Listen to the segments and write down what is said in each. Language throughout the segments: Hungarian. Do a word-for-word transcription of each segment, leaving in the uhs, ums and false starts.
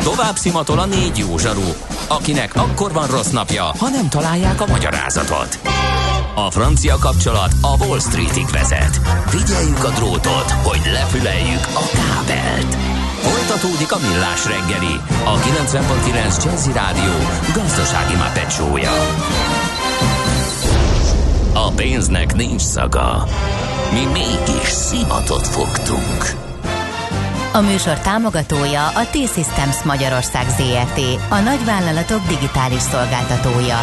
Tovább szimatol a négy jó zsaru, akinek akkor van rossz napja, ha nem találják a magyarázatot. A francia kapcsolat a Wall Streetig vezet. Figyeljük a drótot, hogy lefüleljük a kábelt. Folytatódik a Millás reggeli, a kilencven pont kilenc Jazzy Rádió gazdasági Muppet show-ja. A pénznek nincs szaga. Mi mégis szimatot fogtunk. A műsor támogatója a T-Systems Magyarország Zrt., a nagyvállalatok digitális szolgáltatója.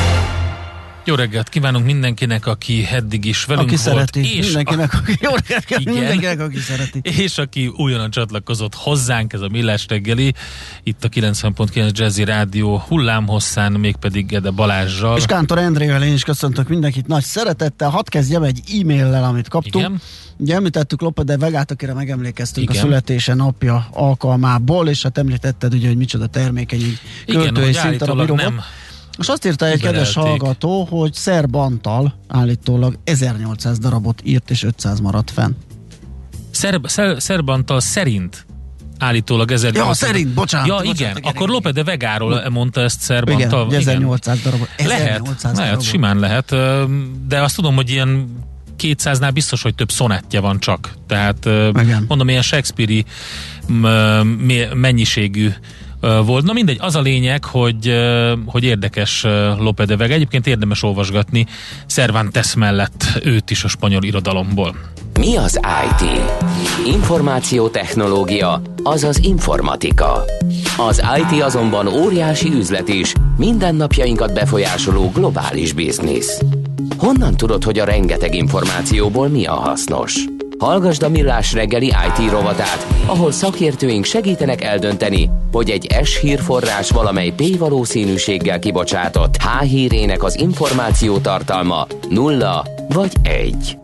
Jó reggelt kívánunk mindenkinek, aki eddig is velünk aki volt. Szereti. És mindenkinek, a... aki jó reggelt kívánunk mindenkinek, aki szereti. És aki újonnan csatlakozott hozzánk, ez a Millás reggeli, itt a kilencven pont kilenc Jazzy Rádió hullámhosszán, mégpedig Gede Balázsral. És Kántor Endrével én is köszöntök mindenkit nagy szeretettel. Hadd kezdjem egy e-maillel, amit kaptunk. Igen. Ugye említettük Lope de Vegát, akire megemlékeztünk Igen. a születése napja alkalmából, és hát említetted ugye, hogy micsoda termékeny költő és szinten a bíróban. Nem. És azt írta egy kedves hallgató, hogy Szerb Antal állítólag ezernyolcszáz darabot írt, és ötszáz maradt fenn. Szerb, Szerb, Szerb Antal szerint állítólag ezernyolcszáz... Ja, szerint, bocsánat. Ja, bocsánat, igen, igen, akkor igen. Lope de Vegáról mondta ezt Szerb Igen, Antal. ezernyolcszáz darabot. Lehet, lehet, simán lehet, de azt tudom, hogy ilyen kétszáznál biztos, hogy több szonettje van csak. Tehát igen. Mondom, ilyen Shakespeare-i mennyiségű volt. Na mindegy, az a lényeg, hogy, hogy érdekes Lope de Vega. Egyébként érdemes olvasgatni Cervantes mellett őt is a spanyol irodalomból. Mi az i té? Információtechnológia, azaz informatika. Az i té azonban óriási üzlet is, mindennapjainkat befolyásoló globális biznisz. Honnan tudod, hogy a rengeteg információból mi a hasznos? Hallgasd a Millás reggeli i té rovatát, ahol szakértőink segítenek eldönteni, hogy egy S hírforrás valamely P valószínűséggel kibocsátott H hírének az információ tartalma nulla vagy egy.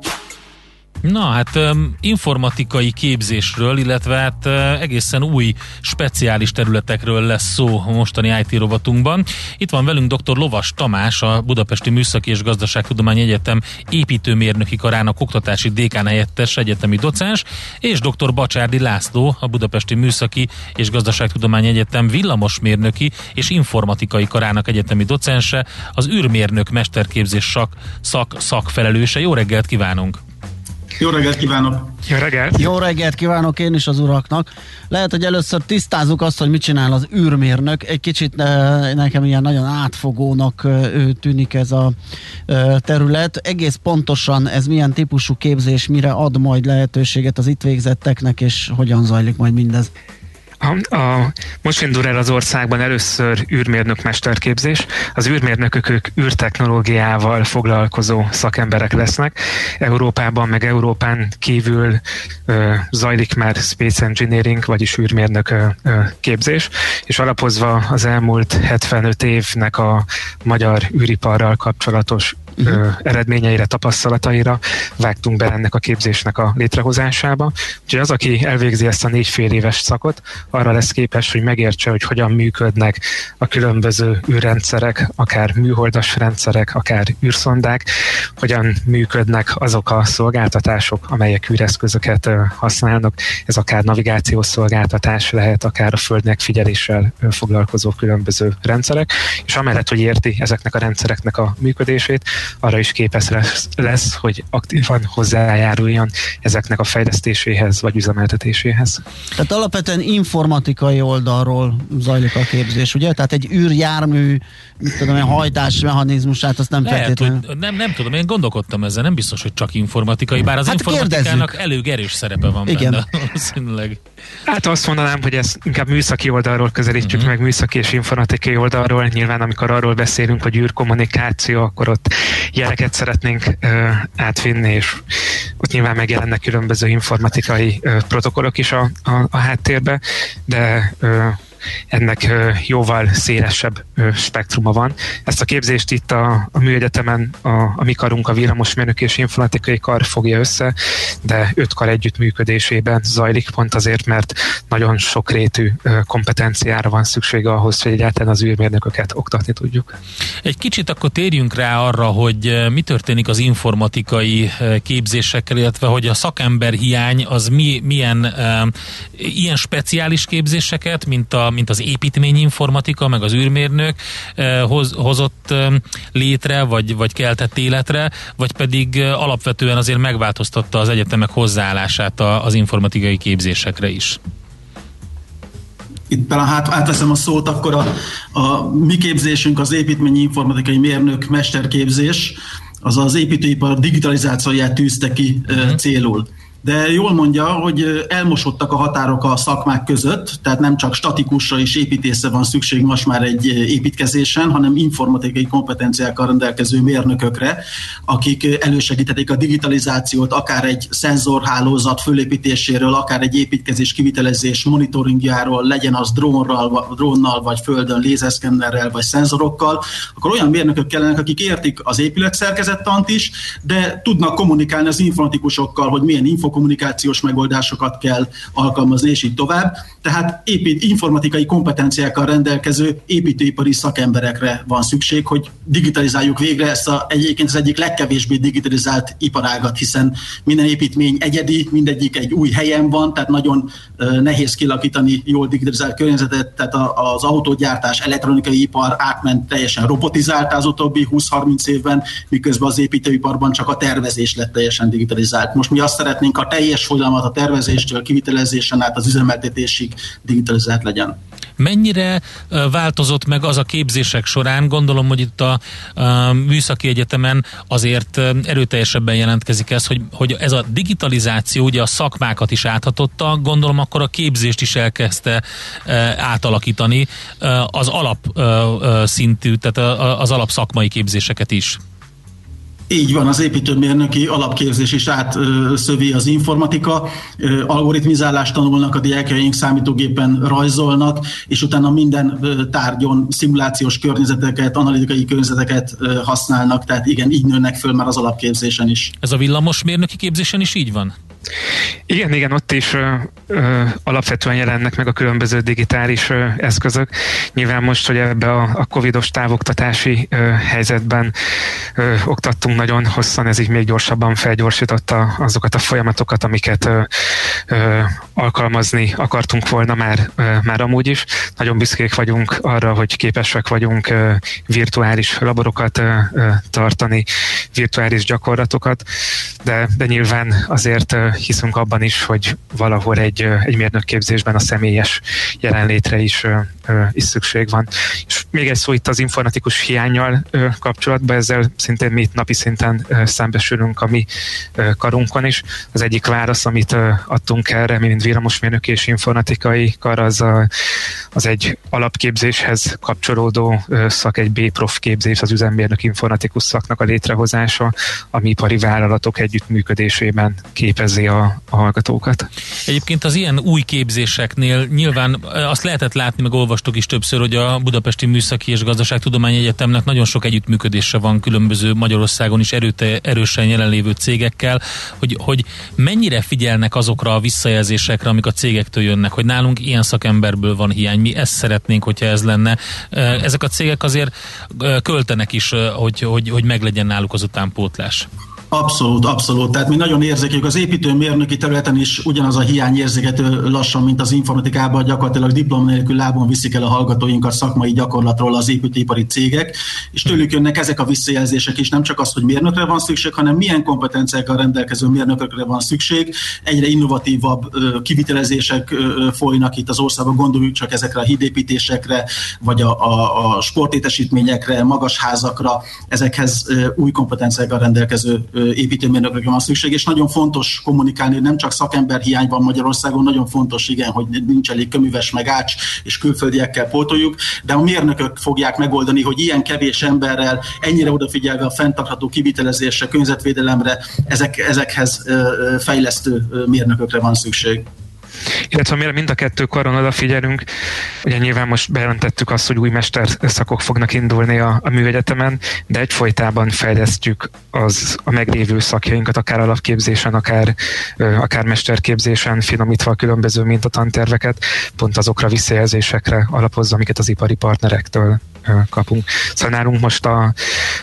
Na hát um, informatikai képzésről, illetve hát uh, egészen új speciális területekről lesz szó a mostani i té rovatunkban. Itt van velünk dr. Lovas Tamás, a Budapesti Műszaki és Gazdaságtudományi Egyetem építőmérnöki karának oktatási dékán helyettes egyetemi docens, és dr. Bacsárdi László, a Budapesti Műszaki és Gazdaságtudományi Egyetem villamosmérnöki és informatikai karának egyetemi docense, az űrmérnök mesterképzés szak, szak, szakfelelőse. Jó reggelt kívánunk! Jó reggelt kívánok! Jó reggelt! Jó reggelt kívánok én is az uraknak. Lehet, hogy először tisztázzuk azt, hogy mit csinál az űrmérnök. Egy kicsit nekem ilyen nagyon átfogónak tűnik ez a terület. Egész pontosan ez milyen típusú képzés, mire ad majd lehetőséget az itt végzetteknek, és hogyan zajlik majd mindez? A, a, most indul el az országban először űrmérnök mesterképzés. Az űrmérnökök ők űrtechnológiával foglalkozó szakemberek lesznek. Európában meg Európán kívül ö, zajlik már Space Engineering, vagyis űrmérnök ö, ö, képzés, és alapozva az elmúlt hetvenöt évnek a magyar űriparral kapcsolatos Ö, eredményeire, tapasztalataira vágtunk be ennek a képzésnek a létrehozásába. Úgyhogy az, aki elvégzi ezt a négy fél éves szakot, arra lesz képes, hogy megértse, hogy hogyan működnek a különböző űrrendszerek, akár műholdas rendszerek, akár űrszondák, hogyan működnek azok a szolgáltatások, amelyek űreszközöket ö, használnak. Ez akár navigációs szolgáltatás lehet, akár a Földnek figyeléssel ö, foglalkozó különböző rendszerek, és amellett, hogy érti ezeknek a rendszereknek a működését, arra is képes lesz, lesz, hogy aktívan hozzájáruljon ezeknek a fejlesztéséhez vagy üzemeltetéséhez. Tehát alapvetően informatikai oldalról zajlik a képzés, ugye? Tehát egy űrjármű, mit tudom én, hajtásmechanizmusát, azt nem Lehet, feltétlenül. hogy nem, nem tudom, én gondolkodtam ezzel, nem biztos, hogy csak informatikai, bár az hát informatikának kérdezzük. elég erős szerepe van Igen. benne. Valószínűleg. Hát azt mondanám, hogy ezt inkább műszaki oldalról közelítjük uh-huh. meg, műszaki és informatikai oldalról. Nyilván amikor arról beszélünk, hogy űrkommunikáció, akkor ott jeleket szeretnénk ö, átvinni, és ott nyilván megjelennek különböző informatikai ö, protokollok is a, a, a háttérbe, de ö, ennek ö, jóval szélesebb ö, spektruma van. Ezt a képzést itt a, a műegyetemen a, a mi karunk, a villamosmérnök és informatikai kar fogja össze, de öt kar együttműködésében zajlik, pont azért, mert nagyon sokrétű ö, kompetenciára van szüksége ahhoz, hogy egyáltalán az űrmérnököket oktatni tudjuk. Egy kicsit akkor térjünk rá arra, hogy mi történik az informatikai képzésekkel, illetve hogy a szakember hiány az mi, milyen uh, ilyen speciális képzéseket, mint a mint az építményinformatika, meg az űrmérnök hoz, hozott létre, vagy, vagy keltett életre, vagy pedig alapvetően azért megváltoztatta az egyetemek hozzáállását az informatikai képzésekre is? Itt talán hát, átveszem a szót, akkor a, a mi képzésünk az építményi informatikai mérnök mesterképzés, az az építőipar digitalizációját tűzte ki uh-huh. célul. De jól mondja, hogy elmosodtak a határok a szakmák között, tehát nem csak statikusra és építészre van szükség most már egy építkezésen, hanem informatikai kompetenciákkal rendelkező mérnökökre, akik elősegíthetik a digitalizációt, akár egy szenzorhálózat fölépítéséről, akár egy építkezés kivitelezés monitoringjáról, legyen az drónral, drónnal, vagy földön lézerszkennerrel, vagy szenzorokkal, akkor olyan mérnökök kellenek, akik értik az épületszerkezettant is, de tudnak kommunikálni az informatikusokkal, hogy milyen info kommunikációs megoldásokat kell alkalmazni, és így tovább. Tehát épít, informatikai kompetenciákkal rendelkező építőipari szakemberekre van szükség, hogy digitalizáljuk végre ezt a, egyébként az egyik legkevésbé digitalizált iparágat, hiszen minden építmény egyedi, mindegyik egy új helyen van, tehát nagyon uh, nehéz kilakítani jól digitalizált környezetet, tehát a, az autógyártás, elektronikai ipar átment teljesen robotizált az utóbbi húsz-harminc évben, miközben az építőiparban csak a tervezés lett teljesen digitalizált. Most mi azt szeretnénk, a teljes folyamat a tervezéstől, kivitelezésen át az üzemeltetésig digitalizált legyen. Mennyire változott meg az a képzések során? Gondolom, hogy itt a, a műszaki egyetemen azért erőteljesebben jelentkezik ez, hogy, hogy ez a digitalizáció ugye a szakmákat is áthatotta, gondolom akkor a képzést is elkezdte átalakítani, az alapszintű, tehát az alapszakmai képzéseket is. Így van, az építőmérnöki alapképzés is átszövi az informatika, algoritmizálást tanulnak a diákjaink, számítógépen rajzolnak, és utána minden tárgyon szimulációs környezeteket, analitikai környezeteket használnak, tehát igen, így nőnek föl már az alapképzésen is. Ez a villamosmérnöki képzésen is így van? Igen, igen, ott is ö, ö, alapvetően jelennek meg a különböző digitális ö, eszközök. Nyilván most, hogy ebbe a, a covidos távoktatási ö, helyzetben ö, oktattunk nagyon hosszan, ez így még gyorsabban felgyorsította azokat a folyamatokat, amiket ö, ö, alkalmazni akartunk volna már, ö, már amúgy is. Nagyon büszkék vagyunk arra, hogy képesek vagyunk ö, virtuális laborokat ö, ö, tartani, virtuális gyakorlatokat, de, de nyilván azért ö, hiszünk abban is, hogy valahol egy, egy mérnökképzésben a személyes jelenlétre is, is szükség van. És még egy szó itt az informatikus hiánnyal kapcsolatban, ezzel szintén mi itt napi szinten szembesülünk a mi karunkon is. Az egyik válasz, amit adtunk erre, mi mint villamosmérnöki és informatikai kar, az, a, az egy alapképzéshez kapcsolódó szak, egy B-prof képzés, az üzemmérnök informatikus szaknak a létrehozása, ami ipari vállalatok együttműködésében képezi a, a hallgatókat. Egyébként az ilyen új képzéseknél nyilván azt lehetett látni, meg olvastuk is többször, hogy a Budapesti Műszaki és Gazdaságtudományi Egyetemnek nagyon sok együttműködése van különböző Magyarországon is erőte, erősen jelenlévő cégekkel, hogy, hogy mennyire figyelnek azokra a visszajelzésekre, amik a cégektől jönnek, hogy nálunk ilyen szakemberből van hiány, mi ezt szeretnénk, hogyha ez lenne. Ezek a cégek azért költenek is, hogy, hogy, hogy meglegyen náluk az utánpótlás. Abszolút, abszolút. Tehát mi nagyon érzékeljük. Az építőmérnöki területen is ugyanaz a hiány érzékelhető lassan, mint az informatikában, gyakorlatilag diplom nélkül lábon viszik el a hallgatóinkat szakmai gyakorlatról az építőipari cégek, és tőlük jönnek ezek a visszajelzések is, nem csak az, hogy mérnökre van szükség, hanem milyen kompetenciákkal rendelkező mérnökökre van szükség. Egyre innovatívabb kivitelezések folynak itt az országban, gondoljuk csak ezekre a hídépítésekre, vagy a, a, a sportétesítményekre, magas házakra, ezekhez új kompetenciákkal rendelkező építőmérnökökre van szükség, és nagyon fontos kommunikálni, hogy nem csak szakemberhiány van Magyarországon, nagyon fontos, igen, hogy nincs elég köműves meg ács, és külföldiekkel pótoljuk, de a mérnökök fogják megoldani, hogy ilyen kevés emberrel, ennyire odafigyelve a fenntartható kivitelezésre, környezetvédelemre, ezek, ezekhez fejlesztő mérnökökre van szükség. Illetve mire mind a kettő karon odafigyelünk, ugye nyilván most bejelentettük azt, hogy új mesterszakok fognak indulni a, a műegyetemen, de egyfolytában fejlesztjük az, a meglévő szakjainkat, akár alapképzésen, akár, akár mesterképzésen, finomítva a különböző mintatanterveket, pont azokra visszajelzésekre alapozva, amiket az ipari partnerektől kapunk. Szóval nálunk most a,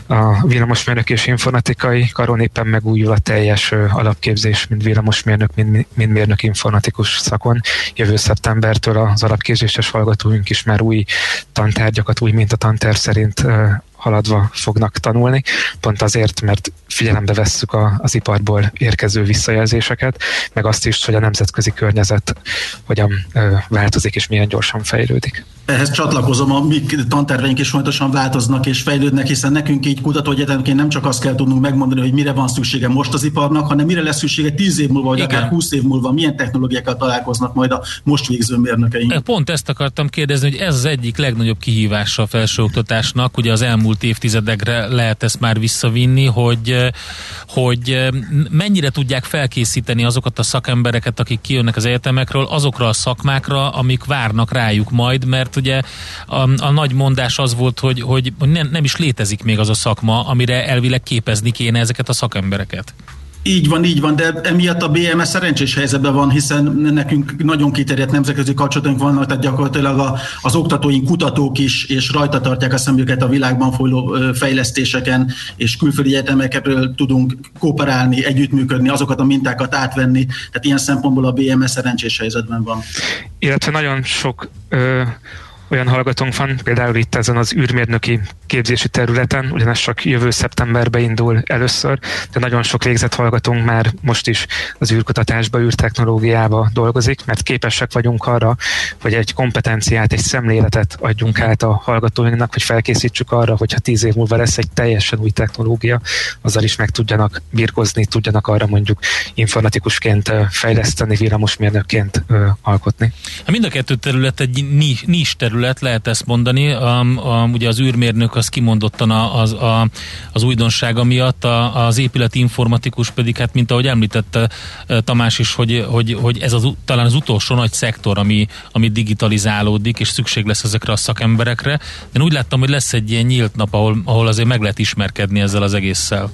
a villamosmérnök és informatikai karon éppen megújul a teljes alapképzés, mind villamosmérnök, mind, mind mérnök informatikus szakon. Jövő szeptembertől az alapképzéses hallgatóink is már új tantárgyakat, új mintatanterv szerint haladva fognak tanulni, pont azért, mert figyelembe vesszük a, az iparból érkező visszajelzéseket, meg azt is, hogy a nemzetközi környezet hogyan ö, változik és milyen gyorsan fejlődik. Ehhez csatlakozom, a mi tanterveink is fontosan változnak és fejlődnek, hiszen nekünk így kutatóegyetemként nem csak azt kell tudnunk megmondani, hogy mire van szüksége most az iparnak, hanem mire lesz szüksége tíz év múlva, vagy Igen. akár húsz év múlva, milyen technológiákkal találkoznak majd a most végző mérnökeink. Pont ezt akartam kérdezni, hogy ez az egyik legnagyobb kihívása a felsőoktatásnak, ugye az elmúlt évtizedekre lehet ezt már visszavinni, hogy, hogy mennyire tudják felkészíteni azokat a szakembereket, akik kijönnek az egyetemekről, azokra a szakmákra, amik várnak rájuk majd, mert ugye a, a nagy mondás az volt, hogy, hogy nem, nem is létezik még az a szakma, amire elvileg képezni kéne ezeket a szakembereket. Így van, így van, de emiatt a bé em es szerencsés helyzetben van, hiszen nekünk nagyon kiterjedt nemzetközi kapcsolatunk vannak, tehát gyakorlatilag a, az oktatóink, kutatók is, és rajta tartják a szemüket a világban folyó fejlesztéseken, és külföldi egyetemekről tudunk kooperálni, együttműködni, azokat a mintákat átvenni, tehát ilyen szempontból a bé em es szerencsés helyzetben van. Illetve nagyon sok ö, olyan hallgatónk van, például itt ezen az űrmérnöki képzési területen, ugyanis csak jövő szeptemberben indul először, de nagyon sok végzett hallgatónk már most is az űrkutatásba, űrtechnológiába dolgozik, mert képesek vagyunk arra, hogy egy kompetenciát, egy szemléletet adjunk át a hallgatóinknak, hogy felkészítsük arra, hogyha tíz év múlva lesz egy teljesen új technológia, azzal is meg tudjanak birkozni, tudjanak arra mondjuk informatikusként fejleszteni, villamosmérnökként alkotni. Mind a kettő terület egy nis terület, lehet ezt mondani. A, a, ugye az űrmérnök az kimondottan az, a, az újdonsága miatt, a, az épületi informatikus pedig, hát mint ahogy említette Tamás is, hogy, hogy, hogy ez az, talán az utolsó nagy szektor, ami, ami digitalizálódik, és szükség lesz ezekre a szakemberekre. De úgy láttam, hogy lesz egy ilyen nyílt nap, ahol, ahol azért meg lehet ismerkedni ezzel az egésszel.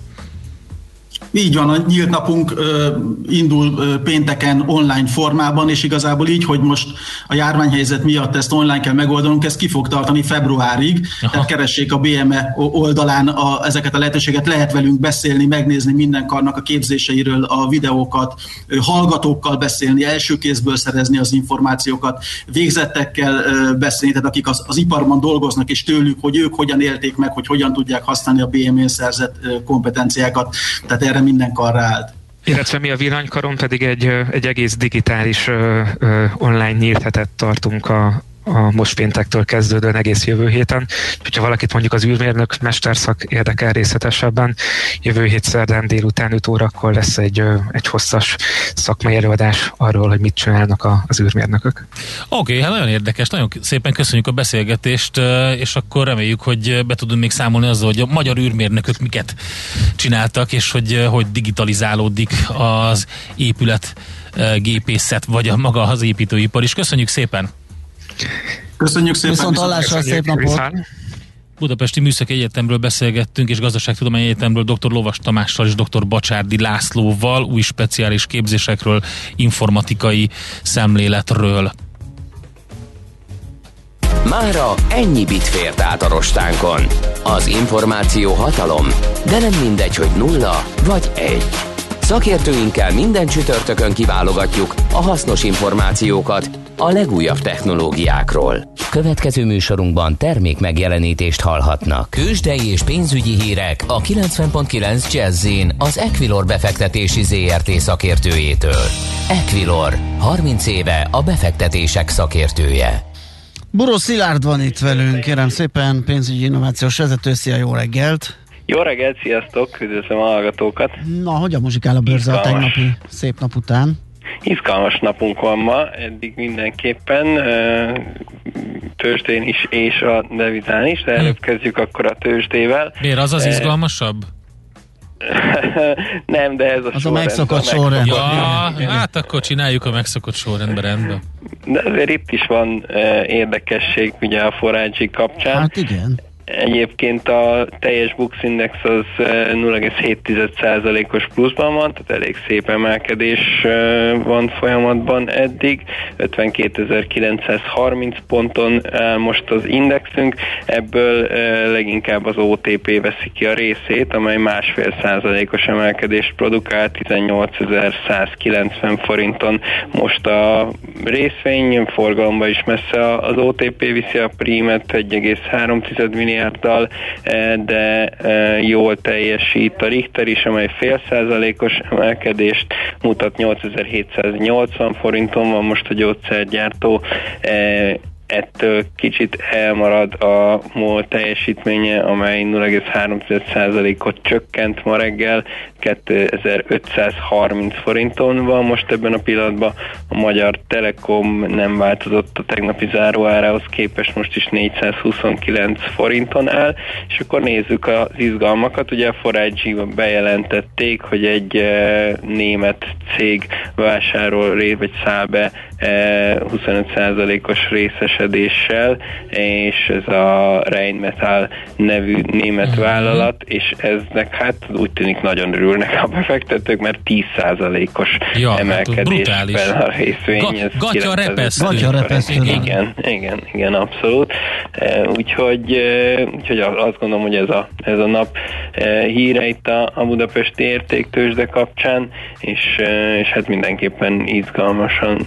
Így van, a nyílt napunk ö, indul ö, pénteken online formában, és igazából így, hogy most a járványhelyzet miatt ezt online kell megoldanunk, ez ki fog tartani februárig, Aha. tehát keressék a bé em e oldalán a, ezeket a lehetőséget, lehet velünk beszélni, megnézni minden karnak a képzéseiről a videókat, ö, hallgatókkal beszélni, első kézből szerezni az információkat, végzettekkel ö, beszélni, tehát akik az, az iparban dolgoznak, és tőlük, hogy ők hogyan élték meg, hogy hogyan tudják használni a bé em é-n szerzett ö, kompetenciákat, tehát erre minden karra állt. Illetve mi a Villanykaron pedig egy, egy egész digitális ö, ö, online nyílt hetet tartunk a, a most péntektől kezdődően egész jövő héten. Hogyha valakit mondjuk az űrmérnök mesterszak érdekel részletesebben, jövő hét szerdán délután öt órakor lesz egy, egy hosszas szakmai előadás arról, hogy mit csinálnak a, az űrmérnökök. Oké, okay, hát nagyon érdekes, nagyon szépen köszönjük a beszélgetést, és akkor reméljük, hogy be tudunk még számolni azzal, hogy a magyar űrmérnökök miket csináltak, és hogy, hogy digitalizálódik az épület gépészet, vagy a maga az építőipar is. Köszönjük szépen! Köszönjük szépen! Viszont hallásra, szép napot! Budapesti Műszaki Egyetemről beszélgettünk, és Gazdaságtudományi Egyetemről dr. Lovas Tamással és dr. Bacsárdi Lászlóval új speciális képzésekről, informatikai szemléletről. Mára ennyi bit fért át a rostánkon. Az információ hatalom, de nem mindegy, hogy nulla vagy egy. Szakértőinkkel minden csütörtökön kiválogatjuk a hasznos információkat a legújabb technológiákról. Következő műsorunkban termék megjelenítést hallhatnak. Kősdei és pénzügyi hírek a kilencven pont kilenc Jazz-in az Equilor befektetési zé er té szakértőjétől. Equilor, harminc éve a befektetések szakértője. Buró Szilárd van itt velünk, kérem szépen, pénzügyi innovációs vezető, szia, jó reggelt! Jó reggelt, sziasztok, üdvözlöm a hallgatókat! Na, hogyan muzsikál a bőrze a tegnapi szép nap után? Izgalmas napunk van ma, eddig mindenképpen, tőzsdén is és a devizán is, de előbb kezdjük akkor a tőzsdével. Miért, az az izgalmasabb? Nem, de ez a az sorrend. a megszokott sorrend. Ja, hát akkor csináljuk a megszokott sorrendben, rendben. De azért itt is van érdekesség ugye a forágyi kapcsán. Hát igen. Egyébként a teljes Bux Index az nulla egész hét százalékos pluszban van, tehát elég szép emelkedés van folyamatban eddig. ötvenkétezer-kilencszázharminc ponton áll most az indexünk, ebből leginkább az o té pé veszi ki a részét, amely másfél százalékos emelkedést produkál, tizennyolcezer-százkilencven forinton most a részvény, forgalomba is messze az o té pé viszi a prímet egy egész három milliárddal, de jól teljesít a Richter is, amely fél százalékos emelkedést mutat, nyolcezer-hétszáznyolcvan forinton van most a gyógyszergyártó. Ettől kicsit elmarad a MOL teljesítménye, amely nulla egész három százalékot csökkent ma reggel, kétezer-ötszázharminc forinton van most ebben a pillanatban. A Magyar Telekom nem változott a tegnapi záróárához képest, most is négyszázhuszonkilenc forinton áll, és akkor nézzük az izgalmakat. Ugye a négy G bejelentették, hogy egy e, német cég vásárol, vagy száll be e, huszonöt százalékos részesedéssel, és ez a Rheinmetall nevű német vállalat, és eznek hát úgy tűnik nagyon örülnek a befektetők, mert tíz százalékos ja, emelkedésben hát a részvény. Ga- gatya repesztő. Gatya repesztő. Igen, igen, igen, abszolút. Úgyhogy, úgyhogy azt gondolom, hogy ez a, ez a nap híre itt a, a budapesti értéktőzsde kapcsán, és, és hát mindenképpen izgalmasan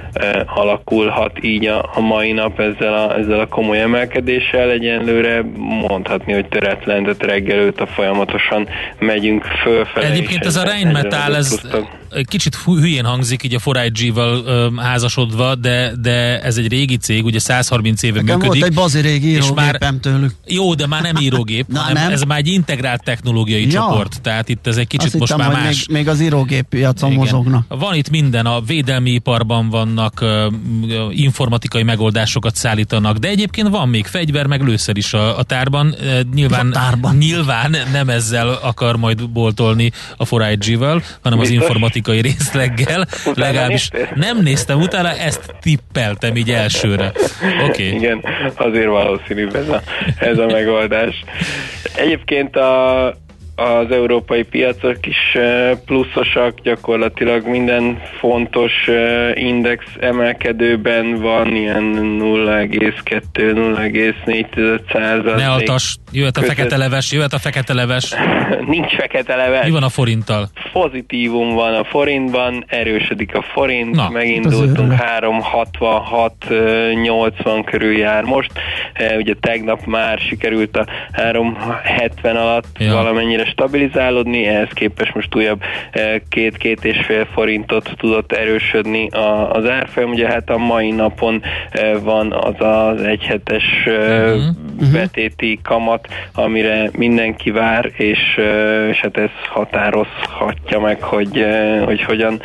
alakulhat így a, a mai nap ezzel a, ezzel a komoly emelkedéssel. Egyenlőre mondhatni, hogy töretlen, tehát reggel a folyamatosan megyünk fölfelé. Egyébként ez a Rheinmetall, ez kicsit hülyén hangzik így a négy G-val házasodva, de, de ez egy régi cég, ugye százharminc éve nekem működik. Volt egy bazi régi írógépem tőlük. Jó, de már nem írógép, Na, hanem nem? ez már egy integrált technológiai ja. csoport, tehát itt ez egy kicsit Azt most hittem, már más. Még, még az írógép piacon Igen. mozognak. Van itt minden, a védelmi iparban vannak, uh, informatikai megoldásokat szállítanak, de egyébként van még fegyver, meg lőszer is a, a tárban. Uh, nyilván, a tárban. nyilván nem ezzel akar majd boltolni a négy G-vel, hanem az informatikai részleggel. Legalábbis nem néztem utána, ezt tippeltem így elsőre. Oké. Okay. Igen, azért valószínűbb ez a, ez a megoldás. Egyébként a az európai piacok is pluszosak, gyakorlatilag minden fontos index emelkedőben van, ilyen nulla egész kettő nulla egész négy százalék. Ne altas, jöhet a között... fekete leves, jöhet a fekete leves. Nincs fekete leves. Mi van a forinttal? Pozitívum van a forintban, erősödik a forint, Na, megindultunk három hatvanhat nyolcvan körül jár most. Ugye tegnap már sikerült a három hetven alatt ja. valamennyire stabilizálódni, ehhez képest most újabb két-két és fél forintot tudott erősödni az árfolyam. Ugye hát a mai napon van az az egyhetes uh-huh. betéti kamat, amire mindenki vár, és, és hát ez határozhatja meg, hogy, hogy hogyan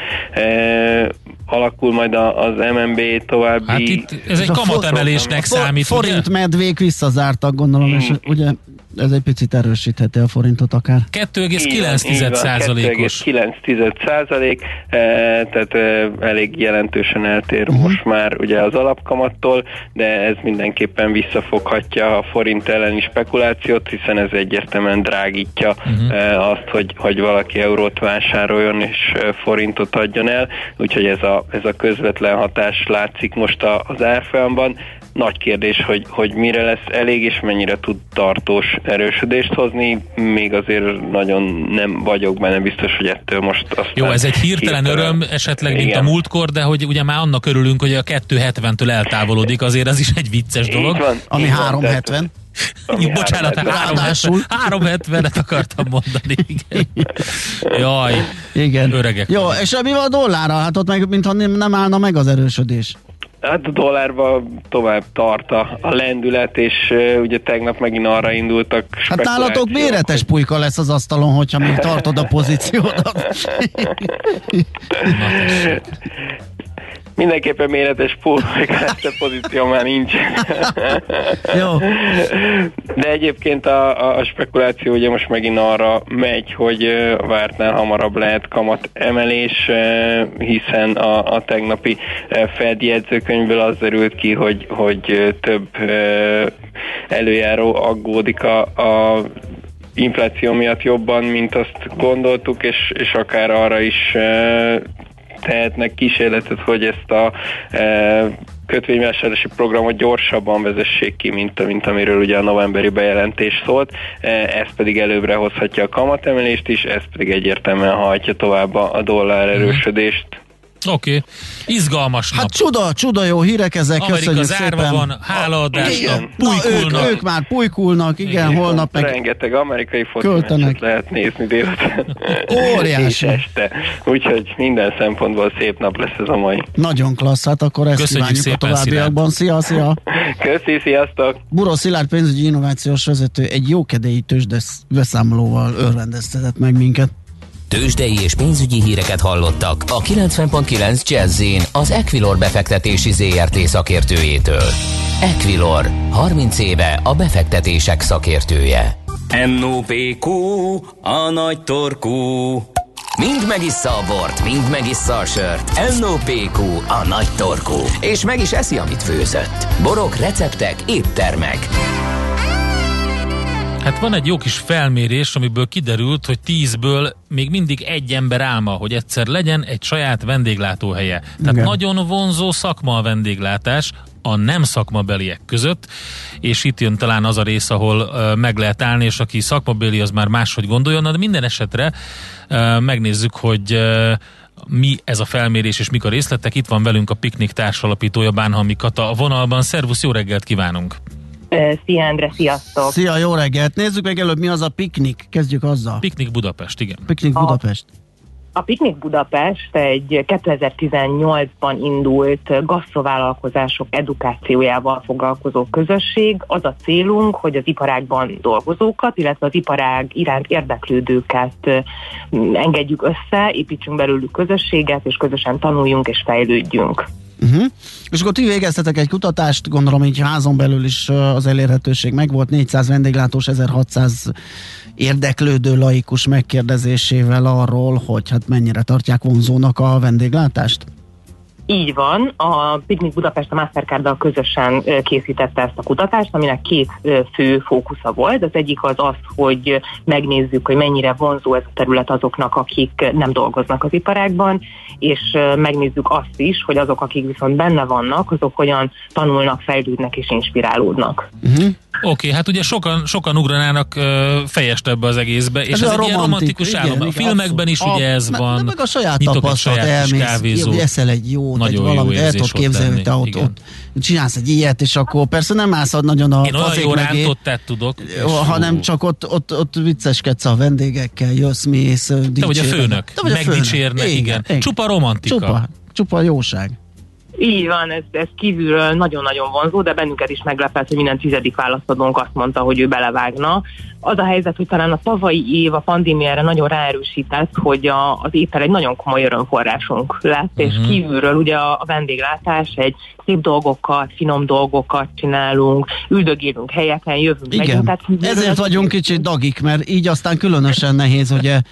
alakul majd az em en bé további... Hát itt ez egy kamatemelésnek számít, for, Forint medvék visszazártak, gondolom, mm. és ugye ez egy picit erősítheti a forintot akár. kettő egész kilenc százalékos. kettő egész kilenc százalék, tehát elég jelentősen eltér uh-huh. most már ugye az alapkamattól, de ez mindenképpen visszafoghatja a forint elleni spekulációt, hiszen ez egyértelműen drágítja uh-huh. azt, hogy, hogy valaki eurót vásároljon és forintot adjon el, úgyhogy ez a, ez a közvetlen hatás látszik most az árfolyamban. Nagy kérdés, hogy, hogy mire lesz elég, és mennyire tud tartós erősödést hozni. Még azért nagyon nem vagyok benne biztos, hogy ettől most aztán... Jó, ez egy hirtelen, hirtelen öröm, esetleg, mint Igen. a múltkor, de hogy ugye már annak örülünk, hogy a kettő hetventől eltávolodik, azért az is egy vicces dolog. Van, ami három hetven. Jó, bocsánat, három hetvenet akartam mondani. Igen. Jaj, Igen. öregek. Jó, van. És mi van a dollárral? Hát ott meg, mintha nem állna meg az erősödés. Hát a dollárban tovább tart a, a lendület, és uh, ugye tegnap megint arra indultak Hát nálatok méretes pulyka lesz az asztalon, hogyha még tartod a pozíciódat. Mindenképpen méretes pulyka lesz, a pozíció már nincs. Jó. De egyébként a, a spekuláció ugye most megint arra megy, hogy uh, vártnál hamarabb lehet kamat emelés, uh, hiszen a, a tegnapi uh, Fed jegyzőkönyvből az derült ki, hogy, hogy uh, több uh, előjáró aggódik a, a infláció miatt jobban, mint azt gondoltuk, és, és akár arra is e, tehetnek kísérletet, hogy ezt a e, kötvényvásárlási programot gyorsabban vezessék ki, mint, mint amiről ugye a novemberi bejelentés szólt. Ez pedig előbbre hozhatja a kamatemelést is, ez pedig egyértelműen hajtja tovább a dollár erősödést. Oké, okay. Izgalmas nap. Hát csuda, csuda jó hírek ezek, Amerika köszönjük zárva szépen. van, hálaadásnak, pulykulnak. Ők, ők már pulykulnak, igen, igen, holnap meg rengeteg amerikai fotimeccset lehet nézni délután. Óriási. És este. Úgyhogy minden szempontból szép nap lesz ez a mai. Nagyon klassz, hát akkor ezt köszönjük kívánjuk a továbbiakban. Szia, szia! Köszi, sziasztok! Buró Szilárd pénzügyi innovációs vezető egy jókedélyi tőzsdesz beszámolóval örvendeztetett meg minket. Tőzsdei és pénzügyi híreket hallottak a kilencven pont kilenc Jazz-in az Equilor befektetési zé er té szakértőjétől. Equilor, harminc éve a befektetések szakértője. en o pé kú, a nagy torkú. Mind megissza a bort, mind megissza a sört. en o pé kú, a nagy torkú. És meg is eszi, amit főzött. Borok, receptek, éttermek. Hát van egy jó kis felmérés, amiből kiderült, hogy tízből még mindig egy ember álma, hogy egyszer legyen egy saját vendéglátóhelye. Tehát igen, nagyon vonzó szakma a vendéglátás a nem szakmabeliek között, és itt jön talán az a rész, ahol uh, meg lehet állni, és aki szakmabeli, az már máshogy gondoljon, de minden esetre uh, megnézzük, hogy uh, mi ez a felmérés, és mik a részletek. Itt van velünk a Piknik társalapítója, Bánhalmi Kata a vonalban. Szervusz, jó reggelt kívánunk! Szia, Endre, sziasztok! Szia, jó reggelt! Nézzük meg előbb, mi az a Piknik. Kezdjük azzal. Piknik Budapest, igen. Piknik Budapest. A, a Piknik Budapest egy kétezer-tizennyolcban indult gasztrovállalkozások edukációjával foglalkozó közösség. Az a célunk, hogy az iparágban dolgozókat, illetve az iparág iránt érdeklődőket engedjük össze, építsünk belőlük közösséget, és közösen tanuljunk és fejlődjünk. Uh-huh. És akkor ti végeztetek egy kutatást, gondolom így házon belül is az elérhetőség megvolt, négyszáz vendéglátós, ezerhatszáz érdeklődő laikus megkérdezésével arról, hogy hát mennyire tartják vonzónak a vendéglátást? Így van, a Piknik Budapest a Mastercarddal közösen készítette ezt a kutatást, aminek két fő fókusza volt. Az egyik az az, hogy megnézzük, hogy mennyire vonzó ez a terület azoknak, akik nem dolgoznak az iparágban, és megnézzük azt is, hogy azok, akik viszont benne vannak, azok hogyan tanulnak, fejlődnek és inspirálódnak. Uh-huh. Oké, okay, hát ugye sokan, sokan ugranának uh, fejest ebbe az egészbe, és ez, ez egy romantik, ilyen romantikus álom. A filmekben is ugye ez a, van. Meg a saját tapasztalat, elmész, eszel egy jót, egy valamit, el tudod képzelni, hogy te ott, ott csinálsz egy ilyet, és akkor persze nem állszad nagyon a én olyan jó rántottát tudok. Hanem jó. Csak ott, ott, ott vicceskedsz a vendégekkel, jössz, mész, dicsérnek. Te vagy a főnök, megdicsérnek, igen. igen. igen. Csupa romantika. Csupa, csupa jóság. Így van, ez, ez kívülről nagyon-nagyon vonzó, de bennünket is meglepett, hogy minden tizedik választadónk azt mondta, hogy ő belevágna. Az a helyzet, hogy talán a tavalyi év a pandémiára nagyon ráerősített, hogy a, az étel egy nagyon komoly örömforrásunk lett, uh-huh. és kívülről ugye a, a vendéglátás egy szép dolgokat, finom dolgokat csinálunk, üldögélünk helyeken, jövünk, igen. megyünk. Tehát ezért vagyunk kicsit dagik, mert így aztán különösen nehéz ugye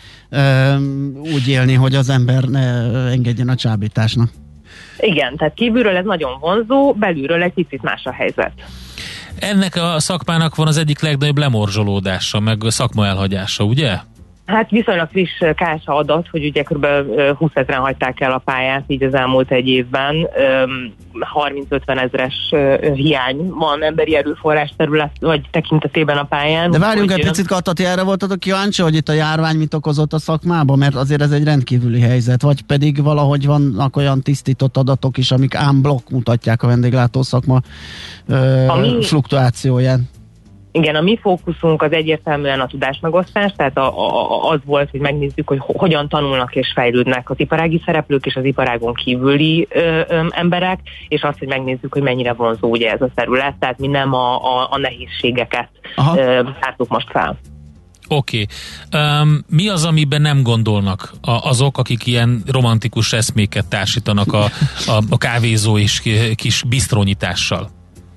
úgy élni, hogy az ember ne engedjen a csábításnak. Igen, tehát kívülről ez nagyon vonzó, belülről egy picit más a helyzet. Ennek a szakmának van az egyik legnagyobb lemorzsolódása, meg szakma elhagyása, ugye? Hát viszonylag friss Kása adat, hogy ugye kb. húszezren hagyták el a pályát így az elmúlt egy évben. harminc-ötven ezres hiány van emberi erőforrás terület, vagy tekintetében a pályán. De várjunk egy picit, Katati, erre voltatok kíváncsi, hogy itt a járvány mit okozott a szakmában? Mert azért ez egy rendkívüli helyzet, vagy pedig valahogy vannak olyan tisztított adatok is, amik unblock mutatják a vendéglátó szakma ami... fluktuációját. Igen, a mi fókuszunk az egyértelműen a tudásmegosztás, tehát a, a, az volt, hogy megnézzük, hogy hogyan tanulnak és fejlődnek az iparági szereplők és az iparágon kívüli ö, ö, emberek, és azt, hogy megnézzük, hogy mennyire vonzó ugye ez a terület, tehát mi nem a, a, a nehézségeket zártuk most fel. Oké. Okay. Um, mi az, amiben nem gondolnak a, azok, akik ilyen romantikus eszméket társítanak a, a, a kávézó és kis bisztrónyitással?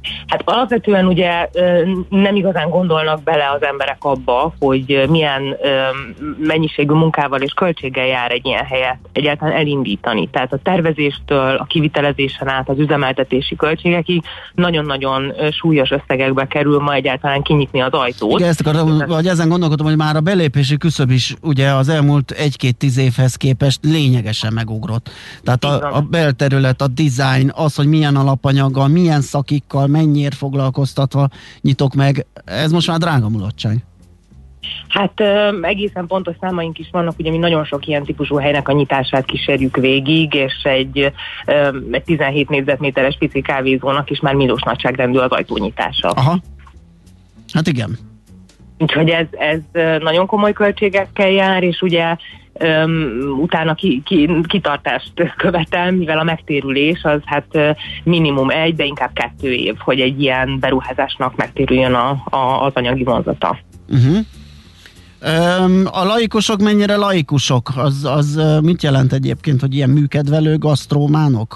Hát alapvetően ugye nem igazán gondolnak bele az emberek abba, hogy milyen mennyiségű munkával és költséggel jár egy ilyen helyet egyáltalán elindítani. Tehát a tervezéstől, a kivitelezésen át az üzemeltetési költségekig nagyon-nagyon súlyos összegekbe kerül ma egyáltalán kinyitni az ajtót. Igen, ezt akarom, vagy ezen gondolkodom, hogy már a belépési küszöb is ugye az elmúlt egy-két tíz évhez képest lényegesen megugrott. Tehát a, a belterület, a design, az, hogy milyen alapanyaggal, milyen szakikkal, mennyiért foglalkoztatva nyitok meg, ez most már drága mulatság. Hát egészen pontos számaink is vannak, ugye mi nagyon sok ilyen típusú helynek a nyitását kísérjük végig, és egy, egy tizenhét négyzetméteres pici kávézónak is már milliós nagyságrendű az ajtónyitása. Aha. Hát igen. Úgyhogy ez, ez nagyon komoly költségekkel jár, és ugye Um, utána ki, ki, kitartást követel, mivel a megtérülés az hát minimum egy, de inkább kettő év, hogy egy ilyen beruházásnak megtérüljön a, a, az anyagi vonzata. Uh-huh. Um, a laikusok mennyire laikusok? Az, az mit jelent egyébként, hogy ilyen műkedvelő gasztrómánok?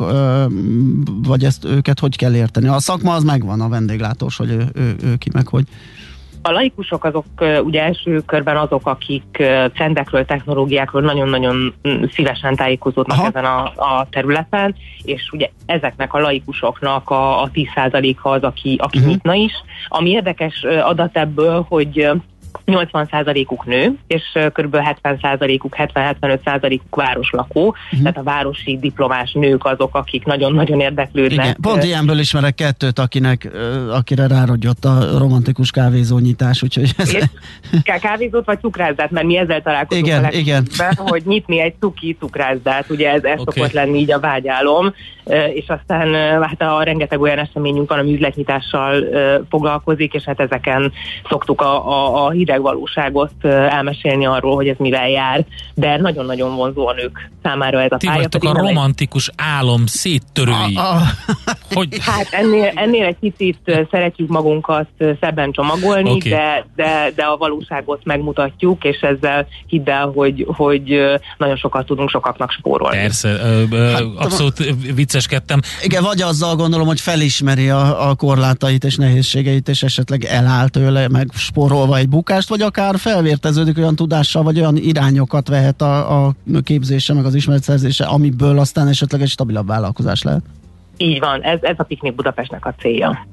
Um, vagy ezt őket hogy kell érteni? A szakma az megvan, a vendéglátós, hogy ő, ő, ő ki meg hogy. A laikusok azok ugye első körben azok, akik trendekről, technológiákról nagyon-nagyon szívesen tájékozódnak Aha. ezen a, a területen, és ugye ezeknek a laikusoknak a, a tíz százaléka az, aki, aki uh-huh. nyitna is. Ami érdekes adat ebből, hogy nyolcvan százalékuk nő, és kb. hetven százalékuk, hetven-hetvenöt százalékuk városlakó, uh-huh. tehát a városi diplomás nők azok, akik nagyon-nagyon érdeklődnek. Igen. Pont ilyenből ismerek kettőt, akinek, akire rárogyott a romantikus kávézónyitás, úgyhogy ez... Kávézót vagy cukrászdát, mert mi ezzel találkozunk igen, a legtöbbben, hogy nyitni egy cuki cukrászdát, ugye ez, ez okay. szokott lenni így a vágyálom, és aztán hát a rengeteg olyan eseményünk van, ami üzletnyitással foglalkozik, és hát ezeken szoktuk a, a, a hideg valóságot elmesélni arról, hogy ez mivel jár, de nagyon-nagyon vonzó a nők számára ez a Ti pálya. Ti vagytok a romantikus egy... álom széttörői. A, a... Hogy... Hát ennél, ennél egy picit szeretjük magunkat szebben csomagolni, okay. de, de, de a valóságot megmutatjuk, és ezzel hidd el, hogy, hogy nagyon sokat tudunk sokaknak spórolni. Persze, ö, ö, hát, abszolút vicceskedtem. Igen, vagy azzal gondolom, hogy felismeri a, a korlátait és nehézségeit, és esetleg eláll tőle, meg spórolva egy bukást, vagy akár felvérteződik olyan tudással, vagy olyan irányokat vehet a, a képzése, meg az ismeretszerzése, amiből aztán esetleg egy stabilabb vállalkozás lehet. Így van, ez, ez a Piknik Budapestnek a célja.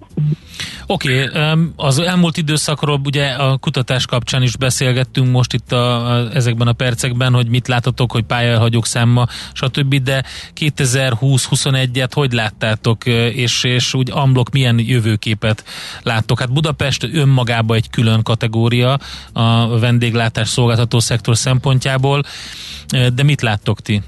Oké, okay, az elmúlt időszakról ugye a kutatás kapcsán is beszélgettünk most itt a, a, ezekben a percekben, hogy mit láttatok, hogy pályahagyók száma, stb., de kétezer-húsz-huszonegyet hogy láttátok, és, és úgy amblok milyen jövőképet láttok? Hát Budapest önmagában egy külön kategória a vendéglátás szolgáltató szektor szempontjából, de mit láttok ti?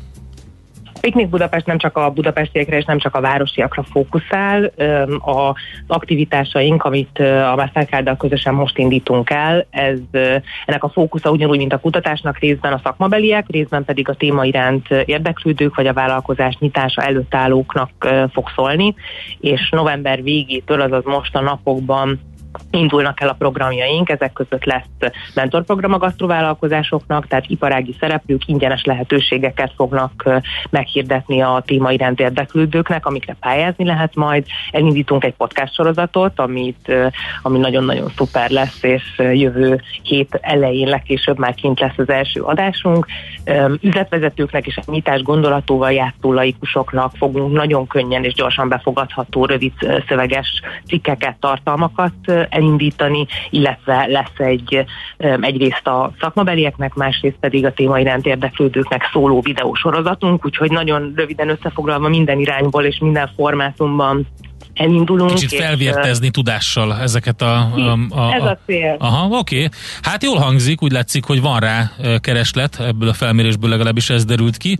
Piknik Budapest nem csak a budapestiekre és nem csak a városiakra fókuszál. Az aktivitásaink, amit a Mastercarddal közösen most indítunk el, ez, ennek a fókusza ugyanúgy, mint a kutatásnak, részben a szakmabeliek, részben pedig a téma iránt érdeklődők, vagy a vállalkozás nyitása előtt állóknak fog szólni, és november végétől, azaz most a napokban indulnak el a programjaink, ezek között lesz mentorprogram a gasztrovállalkozásoknak, tehát iparági szereplők ingyenes lehetőségeket fognak meghirdetni a téma iránt érdeklődőknek, amikre pályázni lehet majd. Elindítunk egy podcast sorozatot, amit, ami nagyon-nagyon szuper lesz, és jövő hét elején legkésőbb már kint lesz az első adásunk. Üzletvezetőknek és a nyitás gondolatóval játszó laikusoknak fogunk nagyon könnyen és gyorsan befogadható, rövid szöveges cikkeket, tartalmakat elindítani, illetve lesz egy egyrészt a szakmabelieknek, másrészt pedig a téma iránt érdeklődőknek szóló videósorozatunk, úgyhogy nagyon röviden összefoglalva minden irányból és minden formátumban elindulunk. Kicsit felvértezni és, tudással ezeket a... a, a ez a cél. Aha, oké. Okay. Hát jól hangzik, úgy látszik, hogy van rá kereslet, ebből a felmérésből legalábbis ez derült ki.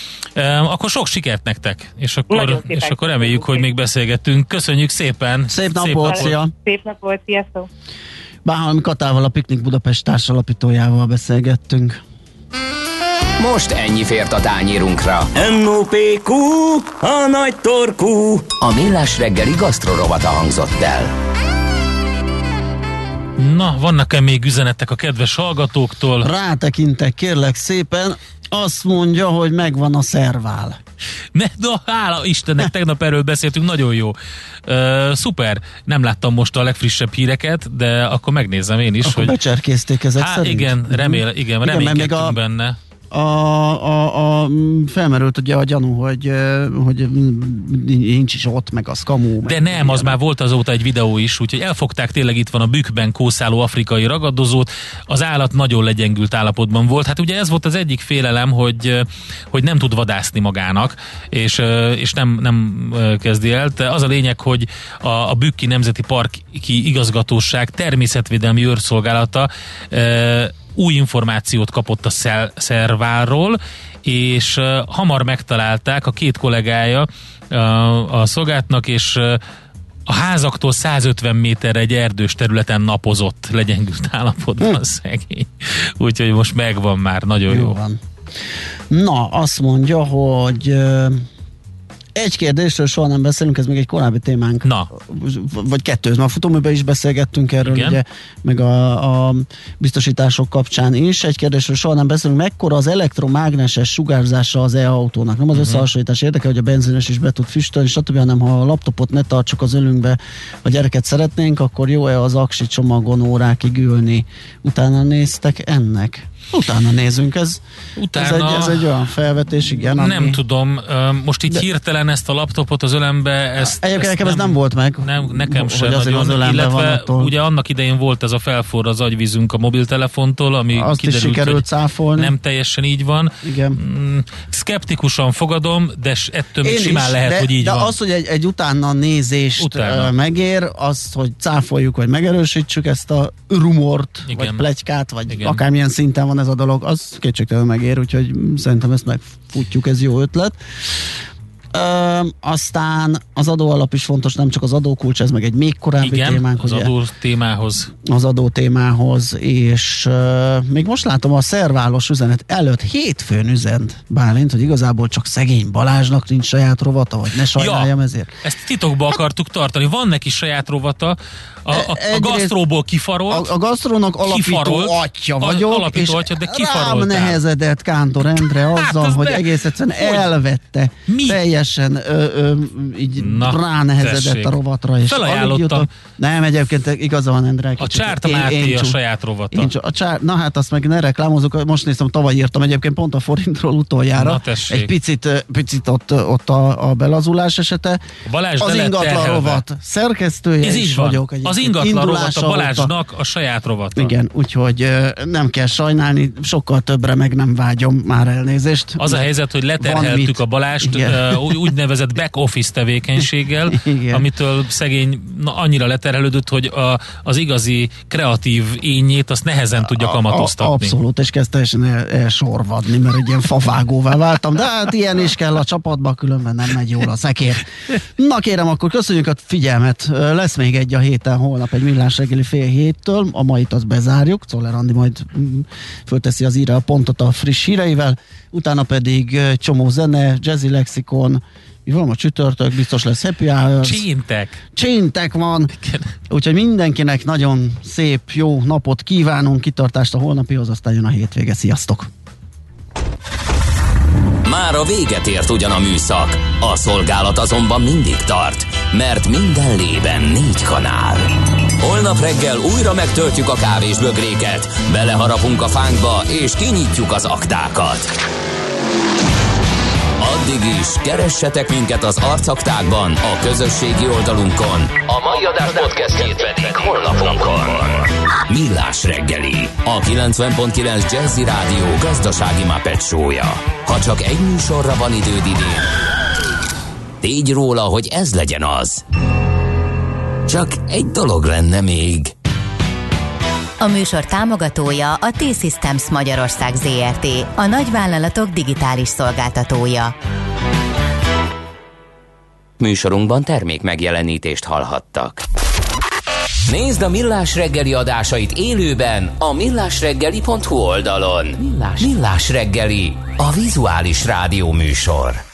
Akkor sok sikert nektek, és akkor, és akkor reméljük, hogy még beszélgetünk. Köszönjük szépen! Szép napot! Szép napot! Szép napot, sziasztok! Báhalmi Katával, a Piknik Budapest társalapítójával beszélgettünk. Most ennyi fért a tányérunkra. em o pé kú, a nagy torkú. A Millás reggeli gasztrorovata hangzott el. Na, vannak-e még üzenetek a kedves hallgatóktól? Rátekintek, kérlek szépen. Azt mondja, hogy megvan a szervál. Ne, no, hála Istennek, tegnap erről beszéltünk, nagyon jó. Uh, szuper, nem láttam most a legfrissebb híreket, de akkor megnézem én is, akkor hogy... becserkézték ezek Há, szerint? igen, remél, igen, igen reménykedtünk a... benne. A, a, a, felmerült ugye a gyanú, hogy, hogy nincs is ott, meg a szkamú. De nem, az már volt azóta egy videó is, úgyhogy elfogták, tényleg itt van a bükkben kószáló afrikai ragadozót, az állat nagyon legyengült állapotban volt. Hát ugye ez volt az egyik félelem, hogy, hogy nem tud vadászni magának, és, és nem, nem kezdi el. De az a lényeg, hogy a, a Bükki Nemzeti Parki Igazgatóság természetvédelmi őrszolgálata új információt kapott a szel- szerváról, és uh, hamar megtalálták a két kollégája uh, a szolgálatnak, és uh, a házaktól százötven méterre egy erdős területen napozott, legyengült állapotban hm. szegény. Úgyhogy most megvan már, nagyon jó. jó. Van. Na, azt mondja, hogy uh... egy kérdésről soha nem beszélünk, ez még egy korábbi témánk. Na. Vagy kettő, a futóműben is beszélgettünk erről, ugye, meg a, a biztosítások kapcsán is. Egy kérdésről soha nem beszélünk, mekkora az elektromágneses sugárzása az e-autónak. Nem az uh-huh. összehasonlítás érdekel, hogy a benzines is be tud füstölni, stb., hanem ha a laptopot ne tartsuk az ölünkbe, a gyereket szeretnénk, akkor jó-e az aksi csomagon órákig ülni? Utána néztek ennek? Utána nézünk, ez, Utána, ez, egy, ez egy olyan felvetés, igen. Nem ami... tudom, most így de... hirtelen ezt a laptopot az ölembe, ezt... Egyébként nekem ez nem volt meg. Nem, nekem sem nagyon, illetve ugye annak idején volt ez a felforr az agyvízünk a mobiltelefontól, ami azt kiderült, is sikerült cáfolni. Nem teljesen így van. Igen. Szkeptikusan fogadom, de ettől még Én simán is, lehet, de, hogy így de van. De az, hogy egy, egy utána nézést utána. megér, az, hogy cáfoljuk, vagy megerősítsük ezt a rumort, igen. vagy pletykát, vagy igen. akármilyen szinten van ez a dolog, az kétségtelenül megér, úgyhogy szerintem ezt megfutjuk, ez jó ötlet. Ö, aztán az adóalap is fontos, nem csak az adókulcs, ez meg egy még korábbi igen, témánk. az adó témához. Az adó témához, és uh, még most látom a szerválos üzenet előtt hétfőn üzent Bálint, hogy igazából csak szegény Balázsnak nincs saját rovata, vagy ne sajnáljam ja, ezért. Ezt titokba hát, akartuk tartani. Van neki saját rovata, a, a, a gasztróból kifarolt. A, a gasztrónak alapító kifarolt, atya vagyok, a, alapító atya, de kifaroltál. Rám nehezedett Kántor Endre azzal, hát hogy de, egész egyszerűen hogy? elvette. Mi? Teljesen ö, ö, így Na, ránehezedett tessék. a rovatra. És felajánlottam. Nem, egyébként igaza van Endre. A Csárta Máté a saját rovata. Én, a csár, na hát azt meg ne reklámozok, most néztem, tavaly írtam egyébként pont a forintról utoljára. Egy picit, picit ott, ott a, a belazulás esete. Balázs az ingatlan rovat szerkesztője Ez is van. vagyok. Egyébként. Az ingatlan rovat a Balázsnak a saját rovata. Igen, úgyhogy nem kell sajnálni, sokkal többre meg nem vágyom, már elnézést. Az a helyzet, hogy leterheltük a Balást úgynevezett back office tevékenységgel, igen. amitől szegény na, annyira leterhelődött, hogy a, az igazi kreatív ényét azt nehezen tudja kamatoztatni. A, abszolút, és kezd teljesen el, elsorvadni, mert egy ilyen favágóvá váltam, de hát ilyen is kell a csapatba, különben nem megy jól a szekér. Na kérem, akkor köszönjük a figyelmet. Lesz még egy a héten, holnap egy millás reggeli fél héttől, a mait azt bezárjuk, Czoller Andi majd fölteszi az íre a pontot a friss híreivel, utána pedig csomó zene, jazzy lexikon, mi van a csütörtök, biztos lesz happy hours. Csíntek. Csíntek van. Úgyhogy mindenkinek nagyon szép, jó napot kívánunk, kitartást a holnapihoz, aztán jön a hétvége. Sziasztok! Már a véget ért ugyan a műszak, a szolgálat azonban mindig tart, mert minden lében négy kanál. Holnap reggel újra megtöltjük a kávésbögréket, beleharapunk a fánkba és kinyitjuk az aktákat. Addig is, keressetek minket az arcaktákban, a közösségi oldalunkon. A mai adás podcastjét pedig honlapunkon. Millás reggeli, a kilencven pont kilenc Jazzy Rádió gazdasági Muppet show-ja. Ha csak egy műsorra van időd idén, tégy róla, hogy ez legyen az. Csak egy dolog lenne még. A műsor támogatója a T-Systems Magyarország zé er té, a nagyvállalatok digitális szolgáltatója. Műsorunkban termék megjelenítést hallhattak. Nézd a Millás reggeli adásait élőben a millásreggeli pont hu oldalon. Millás, Millás reggeli, a vizuális rádió műsor.